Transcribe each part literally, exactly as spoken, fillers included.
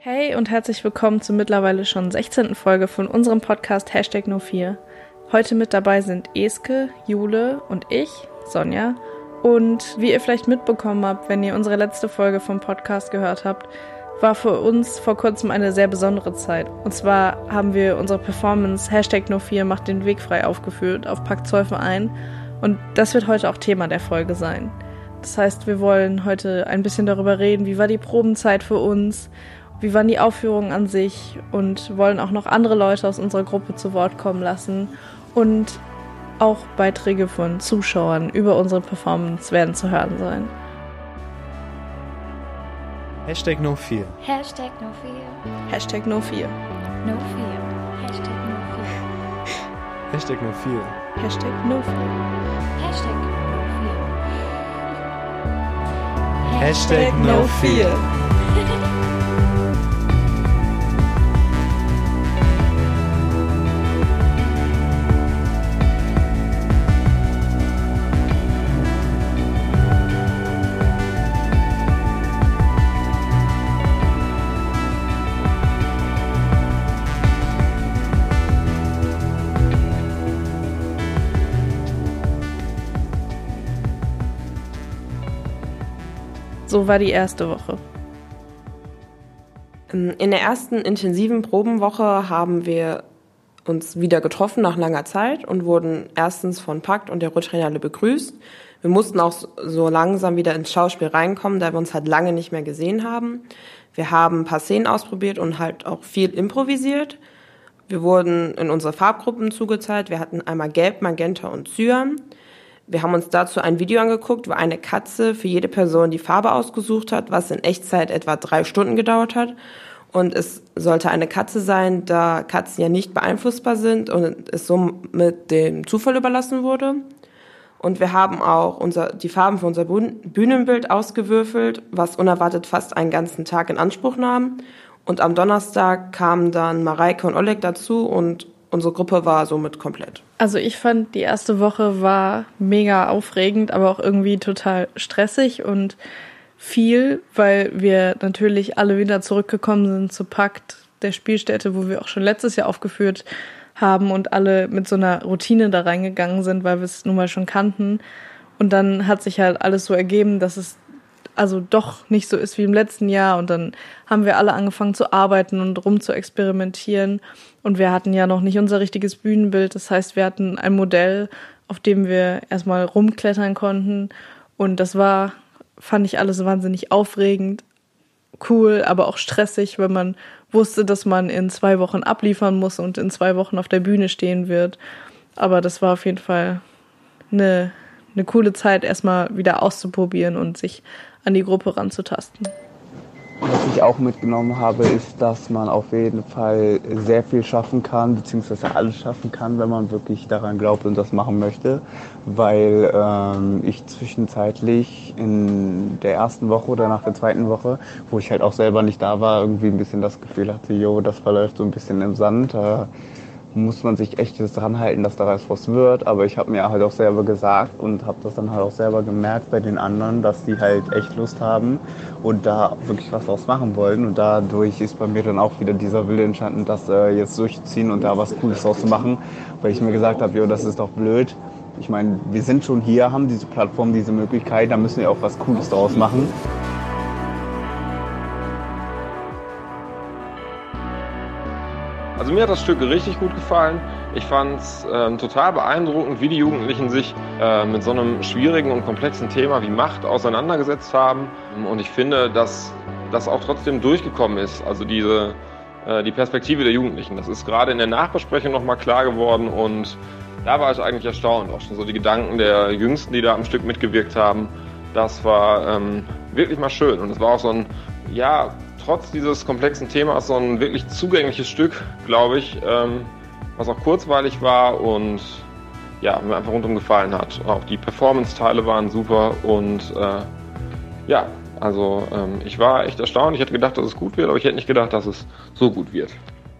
Hey und herzlich willkommen zur mittlerweile schon sechzehnten Folge von unserem Podcast Hashtag null vier. Heute mit dabei sind Eske, Jule und ich, Sonja. Und wie ihr vielleicht mitbekommen habt, wenn ihr unsere letzte Folge vom Podcast gehört habt, war für uns vor kurzem eine sehr besondere Zeit. Und zwar haben wir unsere Performance Hashtag null vier macht den Weg frei aufgeführt auf Pakt Zollverein. Und das wird heute auch Thema der Folge sein. Das heißt, wir wollen heute ein bisschen darüber reden, wie war die Probenzeit für uns, wie waren die Aufführungen an sich und wollen auch noch andere Leute aus unserer Gruppe zu Wort kommen lassen. Und auch Beiträge von Zuschauern über unsere Performance werden zu hören sein. Hashtag null vier. Hashtag null vier. Hashtag null vier. null vier. Hashtag null vier. Hashtag null vier. Hashtag null vier. Hashtag null vier. Hashtag null vier. So war die erste Woche. In der ersten intensiven Probenwoche haben wir uns wieder getroffen nach langer Zeit und wurden erstens von Pakt und der Rottriennale begrüßt. Wir mussten auch so langsam wieder ins Schauspiel reinkommen, da wir uns halt lange nicht mehr gesehen haben. Wir haben ein paar Szenen ausprobiert und halt auch viel improvisiert. Wir wurden in unsere Farbgruppen zugeteilt. Wir hatten einmal Gelb, Magenta und Cyan. Wir haben uns dazu ein Video angeguckt, wo eine Katze für jede Person die Farbe ausgesucht hat, was in Echtzeit etwa drei Stunden gedauert hat. Und es sollte eine Katze sein, da Katzen ja nicht beeinflussbar sind und es somit dem Zufall überlassen wurde. Und wir haben auch unser, die Farben für unser Bühnenbild ausgewürfelt, was unerwartet fast einen ganzen Tag in Anspruch nahm. Und am Donnerstag kamen dann Mareike und Oleg dazu und unsere Gruppe war somit komplett. Also ich fand, die erste Woche war mega aufregend, aber auch irgendwie total stressig und viel, weil wir natürlich alle wieder zurückgekommen sind zu Pakt, der Spielstätte, wo wir auch schon letztes Jahr aufgeführt haben und alle mit so einer Routine da reingegangen sind, weil wir es nun mal schon kannten. Und dann hat sich halt alles so ergeben, dass es also doch nicht so ist wie im letzten Jahr. Und dann haben wir alle angefangen zu arbeiten und rum zu experimentieren. Und wir hatten ja noch nicht unser richtiges Bühnenbild. Das heißt, wir hatten ein Modell, auf dem wir erstmal rumklettern konnten. Und das war, fand ich alles wahnsinnig aufregend, cool, aber auch stressig, weil man wusste, dass man in zwei Wochen abliefern muss und in zwei Wochen auf der Bühne stehen wird. Aber das war auf jeden Fall eine, eine coole Zeit, erstmal wieder auszuprobieren und sich an die Gruppe ranzutasten. Was ich auch mitgenommen habe, ist, dass man auf jeden Fall sehr viel schaffen kann, beziehungsweise alles schaffen kann, wenn man wirklich daran glaubt und das machen möchte. Weil ähm, ich zwischenzeitlich in der ersten Woche oder nach der zweiten Woche, wo ich halt auch selber nicht da war, irgendwie ein bisschen das Gefühl hatte, jo, das verläuft so ein bisschen im Sand. Äh, muss man sich echt dran halten, dass daraus was wird. Aber ich habe mir halt auch selber gesagt und habe das dann halt auch selber gemerkt bei den anderen, dass die halt echt Lust haben und da wirklich was draus machen wollen. Und dadurch ist bei mir dann auch wieder dieser Wille entstanden, das äh, jetzt durchzuziehen und da was Cooles draus zu machen. Weil ich mir gesagt habe, jo, das ist doch blöd. Ich meine, wir sind schon hier, haben diese Plattform, diese Möglichkeit, da müssen wir auch was Cooles draus machen. Also mir hat das Stück richtig gut gefallen. Ich fand es äh, total beeindruckend, wie die Jugendlichen sich äh, mit so einem schwierigen und komplexen Thema wie Macht auseinandergesetzt haben. Und ich finde, dass das auch trotzdem durchgekommen ist. Also diese, äh, die Perspektive der Jugendlichen. Das ist gerade in der Nachbesprechung nochmal klar geworden. Und da war ich eigentlich erstaunt. Auch schon so die Gedanken der Jüngsten, die da am Stück mitgewirkt haben. Das war ähm, wirklich mal schön. Und es war auch so ein, ja, trotz dieses komplexen Themas so ein wirklich zugängliches Stück, glaube ich, ähm, was auch kurzweilig war und ja, mir einfach rundum gefallen hat. Auch die Performance-Teile waren super und äh, ja, also ähm, ich war echt erstaunt. Ich hätte gedacht, dass es gut wird, aber ich hätte nicht gedacht, dass es so gut wird.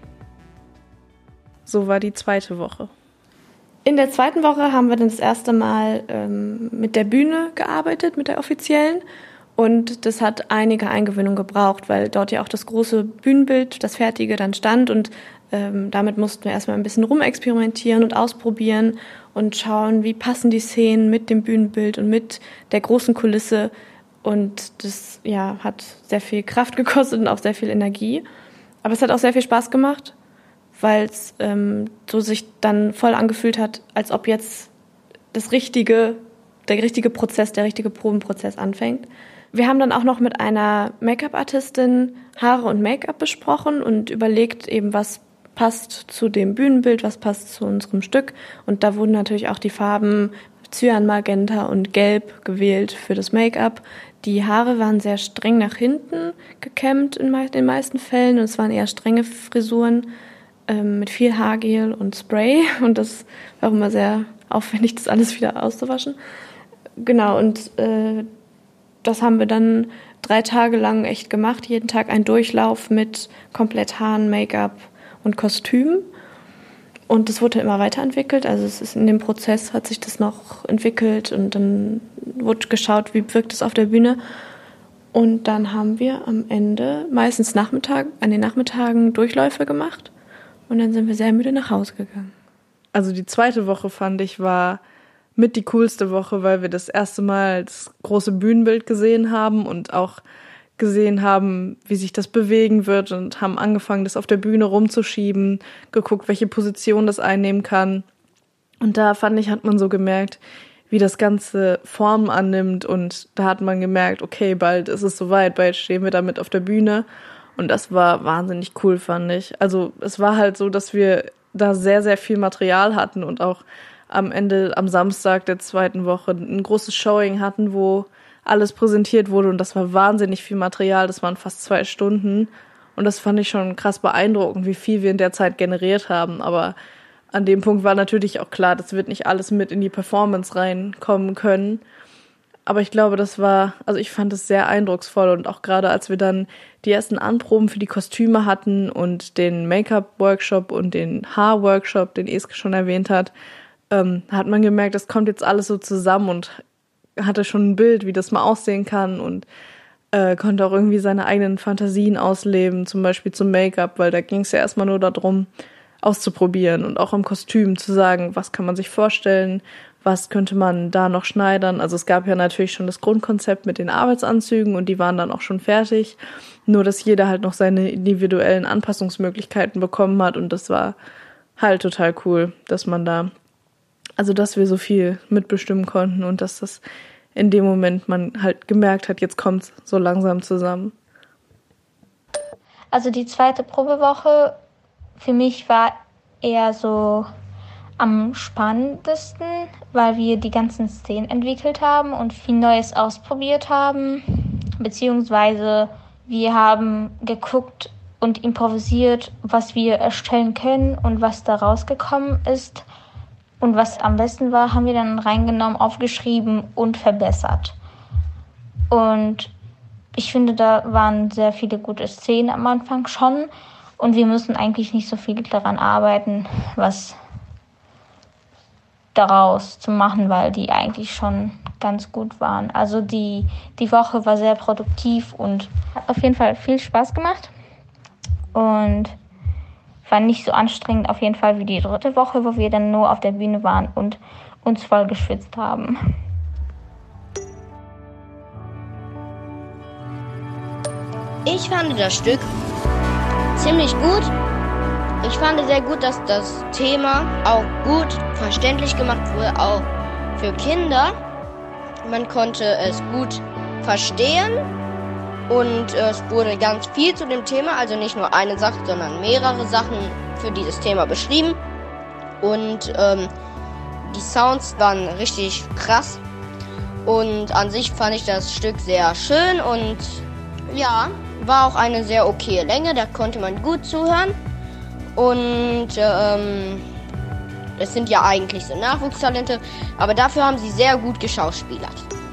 So war die zweite Woche. In der zweiten Woche haben wir dann das erste Mal ähm, mit der Bühne gearbeitet, mit der offiziellen. Und das hat einige Eingewöhnung gebraucht, weil dort ja auch das große Bühnenbild, das fertige, dann stand. Und ähm, damit mussten wir erstmal ein bisschen rumexperimentieren und ausprobieren und schauen, wie passen die Szenen mit dem Bühnenbild und mit der großen Kulisse. Und das ja, hat sehr viel Kraft gekostet und auch sehr viel Energie. Aber es hat auch sehr viel Spaß gemacht, weil es ähm, so sich dann voll angefühlt hat, als ob jetzt das richtige, der richtige Prozess, der richtige Probenprozess anfängt. Wir haben dann auch noch mit einer Make-up-Artistin Haare und Make-up besprochen und überlegt eben, was passt zu dem Bühnenbild, was passt zu unserem Stück. Und da wurden natürlich auch die Farben Cyan, Magenta und Gelb gewählt für das Make-up. Die Haare waren sehr streng nach hinten gekämmt in den meisten Fällen und es waren eher strenge Frisuren ähm, mit viel Haargel und Spray und das war auch immer sehr aufwendig, das alles wieder auszuwaschen. Genau, und äh, das haben wir dann drei Tage lang echt gemacht. Jeden Tag ein Durchlauf mit komplett Haaren, Make-up und Kostüm. Und das wurde immer weiterentwickelt. Also es ist in dem Prozess hat sich das noch entwickelt und dann wurde geschaut, wie wirkt es auf der Bühne. Und dann haben wir am Ende meistens Nachmittag, an den Nachmittagen Durchläufe gemacht. Und dann sind wir sehr müde nach Hause gegangen. Also die zweite Woche, fand ich, war mit die coolste Woche, weil wir das erste Mal das große Bühnenbild gesehen haben und auch gesehen haben, wie sich das bewegen wird und haben angefangen, das auf der Bühne rumzuschieben, geguckt, welche Position das einnehmen kann. Und da, fand ich, hat man so gemerkt, wie das Ganze Form annimmt und da hat man gemerkt, okay, bald ist es soweit, bald stehen wir damit auf der Bühne und das war wahnsinnig cool, fand ich. Also es war halt so, dass wir da sehr, sehr viel Material hatten und auch am Ende, am Samstag der zweiten Woche, ein großes Showing hatten, wo alles präsentiert wurde und das war wahnsinnig viel Material, das waren fast zwei Stunden und das fand ich schon krass beeindruckend, wie viel wir in der Zeit generiert haben, aber an dem Punkt war natürlich auch klar, das wird nicht alles mit in die Performance reinkommen können, aber ich glaube, das war, also ich fand es sehr eindrucksvoll und auch gerade als wir dann die ersten Anproben für die Kostüme hatten und den Make-up-Workshop und den Haar-Workshop, den Eske schon erwähnt hat, ähm, hat man gemerkt, das kommt jetzt alles so zusammen und hatte schon ein Bild, wie das mal aussehen kann und äh, konnte auch irgendwie seine eigenen Fantasien ausleben, zum Beispiel zum Make-up, weil da ging es ja erstmal nur darum, auszuprobieren und auch im Kostüm zu sagen, was kann man sich vorstellen, was könnte man da noch schneidern. Also es gab ja natürlich schon das Grundkonzept mit den Arbeitsanzügen und die waren dann auch schon fertig, nur dass jeder halt noch seine individuellen Anpassungsmöglichkeiten bekommen hat und das war halt total cool, dass man da Also, dass wir so viel mitbestimmen konnten und dass das in dem Moment man halt gemerkt hat, jetzt kommt es so langsam zusammen. Also die zweite Probewoche für mich war eher so am spannendsten, weil wir die ganzen Szenen entwickelt haben und viel Neues ausprobiert haben. Beziehungsweise wir haben geguckt und improvisiert, was wir erstellen können und was da rausgekommen ist. Und was am besten war, haben wir dann reingenommen, aufgeschrieben und verbessert. Und ich finde, da waren sehr viele gute Szenen am Anfang schon. Und wir müssen eigentlich nicht so viel daran arbeiten, was daraus zu machen, weil die eigentlich schon ganz gut waren. Also die, die Woche war sehr produktiv und hat auf jeden Fall viel Spaß gemacht. Und war nicht so anstrengend auf jeden Fall wie die dritte Woche, wo wir dann nur auf der Bühne waren und uns voll geschwitzt haben. Ich fand das Stück ziemlich gut. Ich fand sehr gut, dass das Thema auch gut verständlich gemacht wurde, auch für Kinder. Man konnte es gut verstehen. Und es wurde ganz viel zu dem Thema, also nicht nur eine Sache, sondern mehrere Sachen für dieses Thema beschrieben. Und ähm, die Sounds waren richtig krass. Und an sich fand ich das Stück sehr schön und ja, war auch eine sehr okaye Länge, da konnte man gut zuhören. Und ähm, es sind ja eigentlich so Nachwuchstalente, aber dafür haben sie sehr gut geschauspielert.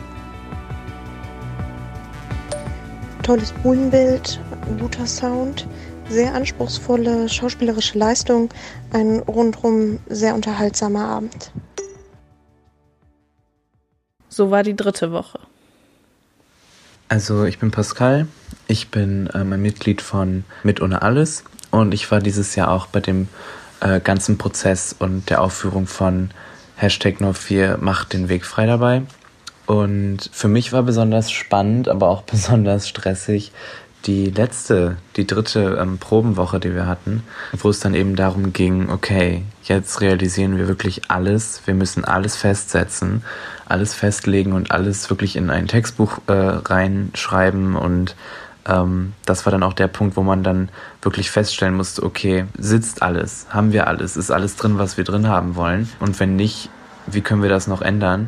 Tolles Bühnenbild, guter Sound, sehr anspruchsvolle schauspielerische Leistung, ein rundum sehr unterhaltsamer Abend. So war die dritte Woche. Also ich bin Pascal, ich bin ähm, ein Mitglied von Mit ohne alles und ich war dieses Jahr auch bei dem äh, ganzen Prozess und der Aufführung von Hashtag null vier macht den Weg frei dabei. Und für mich war besonders spannend, aber auch besonders stressig die letzte, die dritte ähm, Probenwoche, die wir hatten, wo es dann eben darum ging, okay, jetzt realisieren wir wirklich alles, wir müssen alles festsetzen, alles festlegen und alles wirklich in ein Textbuch äh, reinschreiben und ähm, das war dann auch der Punkt, wo man dann wirklich feststellen musste, okay, sitzt alles, haben wir alles, ist alles drin, was wir drin haben wollen und wenn nicht, wie können wir das noch ändern?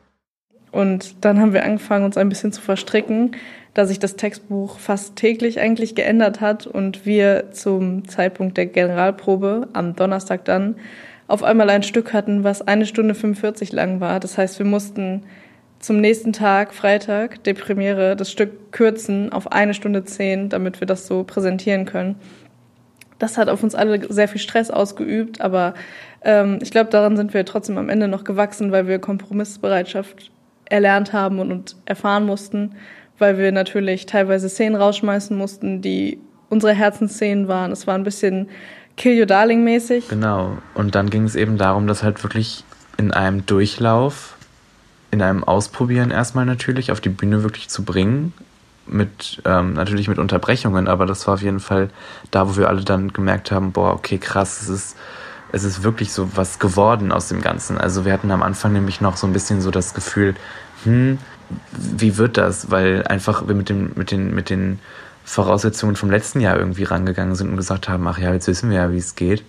Und dann haben wir angefangen, uns ein bisschen zu verstricken, da sich das Textbuch fast täglich eigentlich geändert hat und wir zum Zeitpunkt der Generalprobe am Donnerstag dann auf einmal ein Stück hatten, was eine Stunde fünfundvierzig lang war. Das heißt, wir mussten zum nächsten Tag, Freitag, der Premiere, das Stück kürzen auf eine Stunde zehn, damit wir das so präsentieren können. Das hat auf uns alle sehr viel Stress ausgeübt, aber ähm, ich glaube, daran sind wir trotzdem am Ende noch gewachsen, weil wir Kompromissbereitschaft erlernt haben und, und erfahren mussten, weil wir natürlich teilweise Szenen rausschmeißen mussten, die unsere Herzensszenen waren. Es war ein bisschen Kill Your Darling mäßig. Genau. Und dann ging es eben darum, das halt wirklich in einem Durchlauf, in einem Ausprobieren erstmal natürlich auf die Bühne wirklich zu bringen. Mit ähm, natürlich mit Unterbrechungen, aber das war auf jeden Fall da, wo wir alle dann gemerkt haben, boah, okay, krass, es ist es ist wirklich so was geworden aus dem Ganzen. Also wir hatten am Anfang nämlich noch so ein bisschen so das Gefühl, hm, wie wird das? Weil einfach wir mit dem, mit den, mit den Voraussetzungen vom letzten Jahr irgendwie rangegangen sind und gesagt haben, ach ja, jetzt wissen wir ja, wie es geht.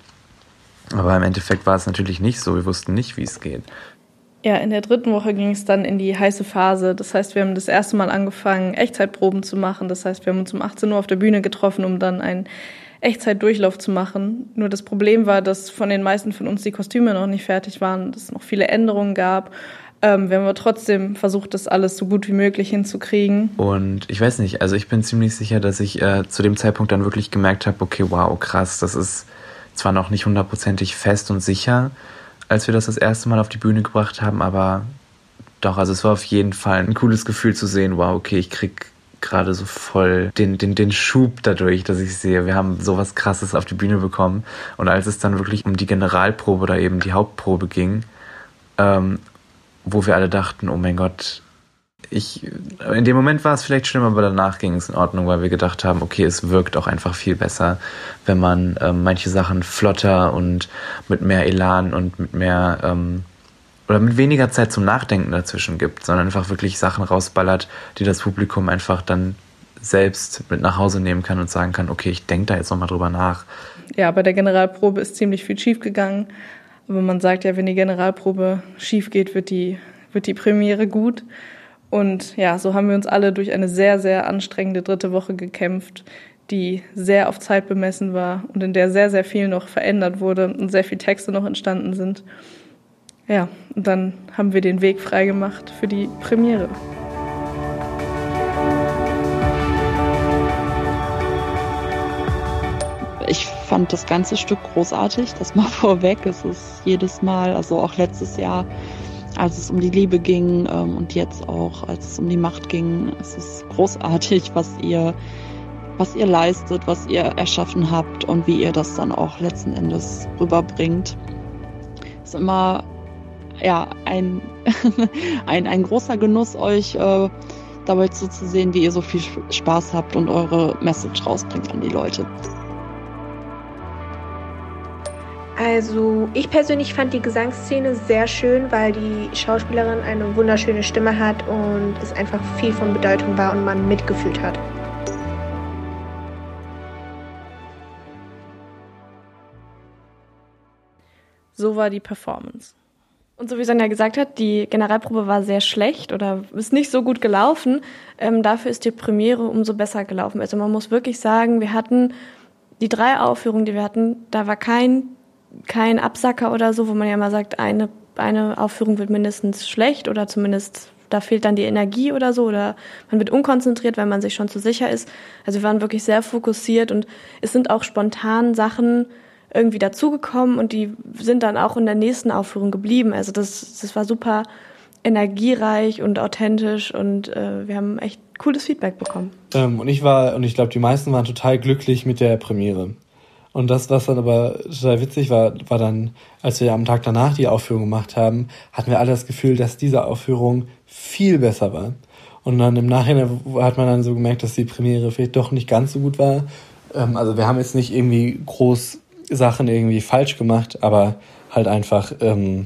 Aber im Endeffekt war es natürlich nicht so. Wir wussten nicht, wie es geht. Ja, in der dritten Woche ging es dann in die heiße Phase. Das heißt, wir haben das erste Mal angefangen, Echtzeitproben zu machen. Das heißt, wir haben uns um achtzehn Uhr auf der Bühne getroffen, um dann einen Echtzeitdurchlauf zu machen. Nur das Problem war, dass von den meisten von uns die Kostüme noch nicht fertig waren, dass es noch viele Änderungen gab. Ähm, wir haben aber trotzdem versucht, das alles so gut wie möglich hinzukriegen. Und ich weiß nicht, also ich bin ziemlich sicher, dass ich äh, zu dem Zeitpunkt dann wirklich gemerkt habe, okay, wow, krass, das ist zwar noch nicht hundertprozentig fest und sicher, als wir das das erste Mal auf die Bühne gebracht haben, aber doch, also es war auf jeden Fall ein cooles Gefühl zu sehen, wow, okay, ich krieg gerade so voll den, den, den Schub dadurch, dass ich sehe, wir haben sowas Krasses auf die Bühne bekommen. Und als es dann wirklich um die Generalprobe oder eben die Hauptprobe ging, ähm, wo wir alle dachten, oh mein Gott, ich, in dem Moment war es vielleicht schlimm, aber danach ging es in Ordnung, weil wir gedacht haben, okay, es wirkt auch einfach viel besser, wenn man ähm, manche Sachen flotter und mit mehr Elan und mit mehr ähm, oder mit weniger Zeit zum Nachdenken dazwischen gibt, sondern einfach wirklich Sachen rausballert, die das Publikum einfach dann selbst mit nach Hause nehmen kann und sagen kann, okay, ich denke da jetzt nochmal drüber nach. Ja, bei der Generalprobe ist ziemlich viel schief gegangen. Aber man sagt ja, wenn die Generalprobe schief geht, wird die, wird die Premiere gut. Und ja, so haben wir uns alle durch eine sehr, sehr anstrengende dritte Woche gekämpft, die sehr auf Zeit bemessen war und in der sehr, sehr viel noch verändert wurde und sehr viele Texte noch entstanden sind. Ja, und dann haben wir den Weg freigemacht für die Premiere. Ich fand das ganze Stück großartig, das mal vorweg. Es ist jedes Mal, also auch letztes Jahr, als es um die Liebe ging ähm, und jetzt auch, als es um die Macht ging, es ist großartig, was ihr, was ihr leistet, was ihr erschaffen habt und wie ihr das dann auch letzten Endes rüberbringt. Es ist immer ja, ein, ein, ein großer Genuss, euch äh, dabei zuzusehen, wie ihr so viel Spaß habt und eure Message rausbringt an die Leute. Also ich persönlich fand die Gesangsszene sehr schön, weil die Schauspielerin eine wunderschöne Stimme hat und es einfach viel von Bedeutung war und man mitgefühlt hat. So war die Performance. Und so wie Sonja gesagt hat, die Generalprobe war sehr schlecht oder ist nicht so gut gelaufen. Ähm, dafür ist die Premiere umso besser gelaufen. Also man muss wirklich sagen, wir hatten die drei Aufführungen, die wir hatten, da war kein, kein Absacker oder so, wo man ja mal sagt, eine, eine Aufführung wird mindestens schlecht oder zumindest da fehlt dann die Energie oder so oder man wird unkonzentriert, weil man sich schon zu sicher ist. Also wir waren wirklich sehr fokussiert und es sind auch spontan Sachen irgendwie dazugekommen und die sind dann auch in der nächsten Aufführung geblieben. Also das, das war super energiereich und authentisch und äh, wir haben echt cooles Feedback bekommen. Ähm, und ich war, und ich glaube, die meisten waren total glücklich mit der Premiere. Und das, was dann aber total witzig war, war dann, als wir am Tag danach die Aufführung gemacht haben, hatten wir alle das Gefühl, dass diese Aufführung viel besser war. Und dann im Nachhinein hat man dann so gemerkt, dass die Premiere vielleicht doch nicht ganz so gut war. Ähm, also wir haben jetzt nicht irgendwie groß Sachen irgendwie falsch gemacht, aber halt einfach, ähm,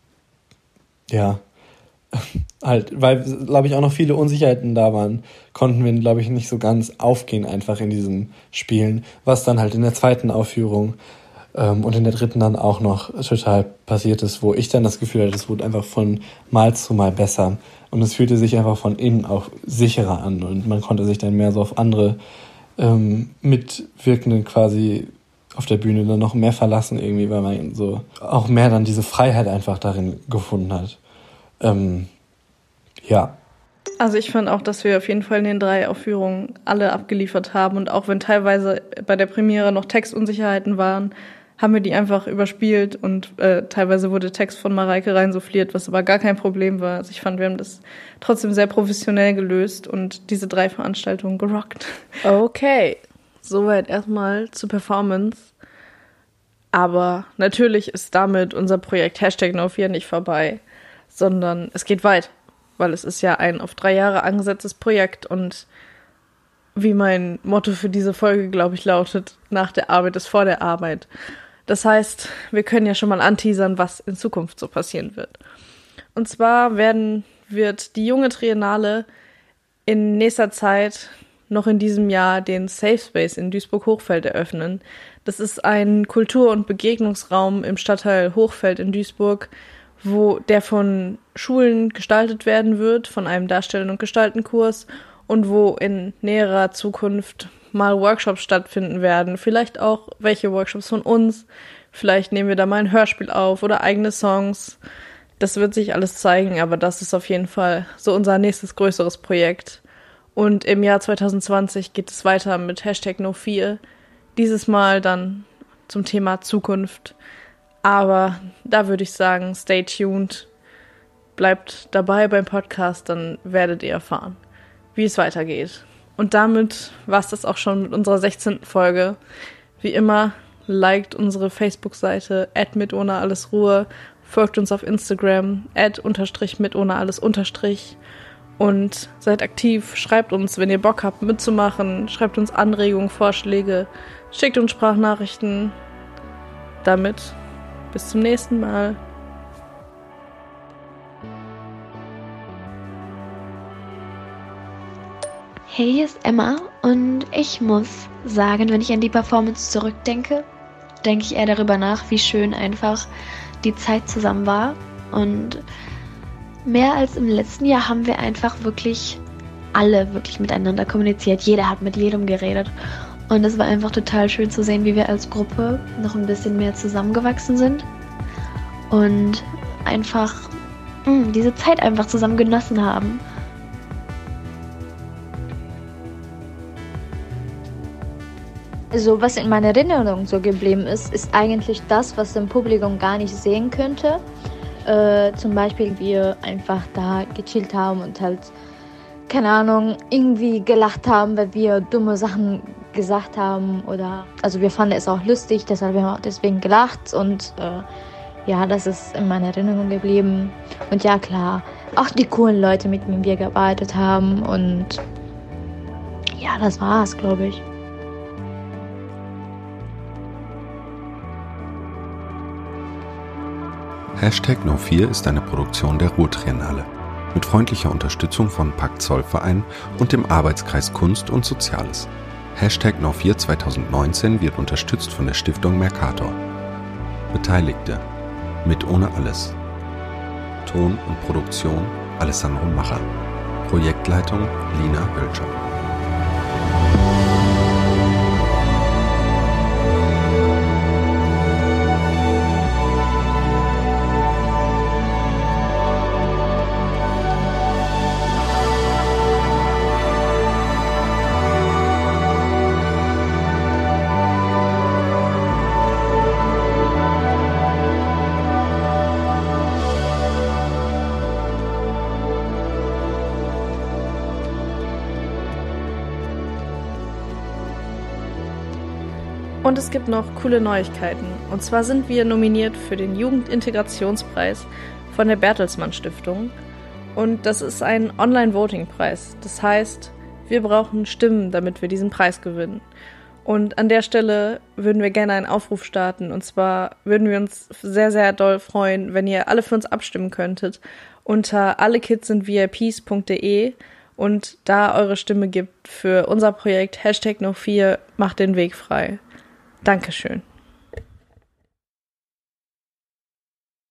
ja, halt, weil, glaube ich, auch noch viele Unsicherheiten da waren, konnten wir, glaube ich, nicht so ganz aufgehen einfach in diesem Spielen, was dann halt in der zweiten Aufführung ähm, und in der dritten dann auch noch total passiert ist, wo ich dann das Gefühl hatte, es wurde einfach von Mal zu Mal besser und es fühlte sich einfach von innen auch sicherer an und man konnte sich dann mehr so auf andere ähm, Mitwirkenden quasi auf der Bühne dann noch mehr verlassen irgendwie, weil man so auch mehr dann diese Freiheit einfach darin gefunden hat. Ähm, ja. Also ich fand auch, dass wir auf jeden Fall in den drei Aufführungen alle abgeliefert haben und auch wenn teilweise bei der Premiere noch Textunsicherheiten waren, haben wir die einfach überspielt und äh, teilweise wurde Text von Mareike reinsouffliert, was aber gar kein Problem war. Also ich fand, wir haben das trotzdem sehr professionell gelöst und diese drei Veranstaltungen gerockt. Okay, soweit erstmal zur Performance. Aber natürlich ist damit unser Projekt Hashtag No vier nicht vorbei, sondern es geht weit, weil es ist ja ein auf drei Jahre angesetztes Projekt und wie mein Motto für diese Folge, glaube ich, lautet, nach der Arbeit ist vor der Arbeit. Das heißt, wir können ja schon mal anteasern, was in Zukunft so passieren wird. Und zwar werden, wird die junge Triennale in nächster Zeit noch in diesem Jahr den Safe Space in Duisburg-Hochfeld eröffnen. Das ist ein Kultur- und Begegnungsraum im Stadtteil Hochfeld in Duisburg, wo der von Schulen gestaltet werden wird, von einem Darstellen- und Gestaltenkurs und wo in näherer Zukunft mal Workshops stattfinden werden. Vielleicht auch welche Workshops von uns. Vielleicht nehmen wir da mal ein Hörspiel auf oder eigene Songs. Das wird sich alles zeigen, aber das ist auf jeden Fall so unser nächstes größeres Projekt. Und im Jahr zwanzig zwanzig geht es weiter mit Hashtag No vier. Dieses Mal dann zum Thema Zukunft. Aber da würde ich sagen, stay tuned, bleibt dabei beim Podcast, dann werdet ihr erfahren, wie es weitergeht. Und damit war es das auch schon mit unserer sechzehnten Folge. Wie immer, liked unsere Facebook-Seite at mit ohne alles Ruhe, folgt uns auf Instagram at unterstrich mit ohne alles unterstrich und seid aktiv, schreibt uns, wenn ihr Bock habt mitzumachen, schreibt uns Anregungen, Vorschläge, schickt uns Sprachnachrichten. Damit bis zum nächsten Mal. Hey, hier ist Emma und ich muss sagen, wenn ich an die Performance zurückdenke, denke ich eher darüber nach, wie schön einfach die Zeit zusammen war. Und mehr als im letzten Jahr haben wir einfach wirklich alle wirklich miteinander kommuniziert. Jeder hat mit jedem geredet. Und es war einfach total schön zu sehen, wie wir als Gruppe noch ein bisschen mehr zusammengewachsen sind und einfach mh, diese Zeit einfach zusammen genossen haben. Also was in meiner Erinnerung so geblieben ist, ist eigentlich das, was im Publikum gar nicht sehen könnte. Äh, zum Beispiel wir einfach da gechillt haben und halt, keine Ahnung, irgendwie gelacht haben, weil wir dumme Sachen gesagt haben oder, also wir fanden es auch lustig, deshalb haben wir auch deswegen gelacht und äh, ja, das ist in meiner Erinnerung geblieben. Und ja, klar, auch die coolen Leute, mit denen wir gearbeitet haben und ja, das war's, glaube ich. Hashtag No vier ist eine Produktion der Ruhr-Triennale mit freundlicher Unterstützung von Pakt Zollverein und dem Arbeitskreis Kunst und Soziales. Hashtag No vier zwanzig neunzehn wird unterstützt von der Stiftung Mercator. Beteiligte: Mit ohne alles. Ton und Produktion Alessandro Macher. Projektleitung Lina Hölscher. Und es gibt noch coole Neuigkeiten. Und zwar sind wir nominiert für den Jugendintegrationspreis von der Bertelsmann Stiftung. Und das ist ein Online-Voting-Preis. Das heißt, wir brauchen Stimmen, damit wir diesen Preis gewinnen. Und an der Stelle würden wir gerne einen Aufruf starten. Und zwar würden wir uns sehr, sehr doll freuen, wenn ihr alle für uns abstimmen könntet unter allekidsinvips punkt de und da eure Stimme gibt für unser Projekt Hashtag No vier macht den Weg frei. Dankeschön.